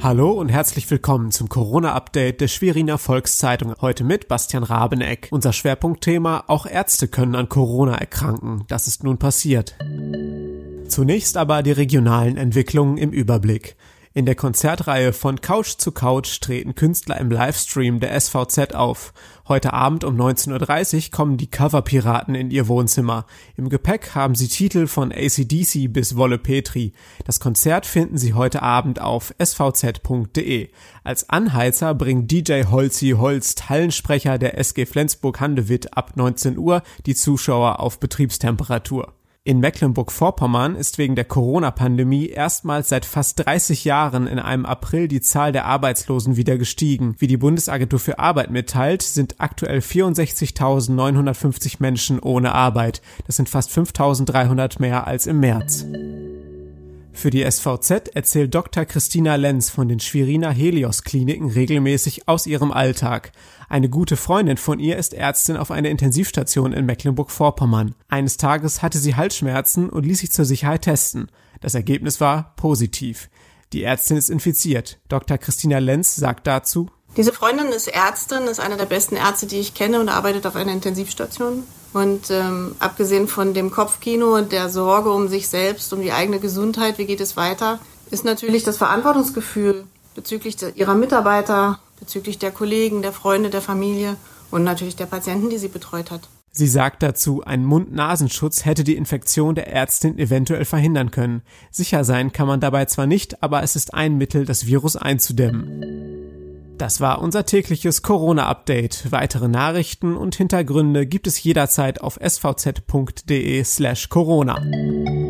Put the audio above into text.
Hallo und herzlich willkommen zum Corona-Update der Schweriner Volkszeitung. Heute mit Bastian Rabeneck. Unser Schwerpunktthema: Auch Ärzte können an Corona erkranken. Das ist nun passiert. Zunächst aber die regionalen Entwicklungen im Überblick. In der Konzertreihe Von Couch zu Couch treten Künstler im Livestream der SVZ auf. Heute Abend um 19.30 Uhr kommen die Coverpiraten in ihr Wohnzimmer. Im Gepäck haben sie Titel von AC/DC bis Wolle Petri. Das Konzert finden Sie heute Abend auf svz.de. Als Anheizer bringt DJ Holzi Holst, Hallensprecher der SG Flensburg-Handewitt, ab 19 Uhr die Zuschauer auf Betriebstemperatur. In Mecklenburg-Vorpommern ist wegen der Corona-Pandemie erstmals seit fast 30 Jahren in einem April die Zahl der Arbeitslosen wieder gestiegen. Wie die Bundesagentur für Arbeit mitteilt, sind aktuell 64.950 Menschen ohne Arbeit. Das sind fast 5.300 mehr als im März. Für die SVZ erzählt Dr. Christina Lenz von den Schweriner Helios-Kliniken regelmäßig aus ihrem Alltag. Eine gute Freundin von ihr ist Ärztin auf einer Intensivstation in Mecklenburg-Vorpommern. Eines Tages hatte sie Halsschmerzen und ließ sich zur Sicherheit testen. Das Ergebnis war positiv. Die Ärztin ist infiziert. Dr. Christina Lenz sagt dazu: Diese Freundin ist Ärztin, ist eine der besten Ärzte, die ich kenne, und arbeitet auf einer Intensivstation. Und abgesehen von dem Kopfkino und der Sorge um sich selbst, um die eigene Gesundheit, wie geht es weiter, ist natürlich das Verantwortungsgefühl bezüglich ihrer Mitarbeiter, bezüglich der Kollegen, der Freunde, der Familie und natürlich der Patienten, die sie betreut hat. Sie sagt dazu, ein Mund-Nasenschutz hätte die Infektion der Ärztin eventuell verhindern können. Sicher sein kann man dabei zwar nicht, aber es ist ein Mittel, das Virus einzudämmen. Das war unser tägliches Corona-Update. Weitere Nachrichten und Hintergründe gibt es jederzeit auf svz.de/corona.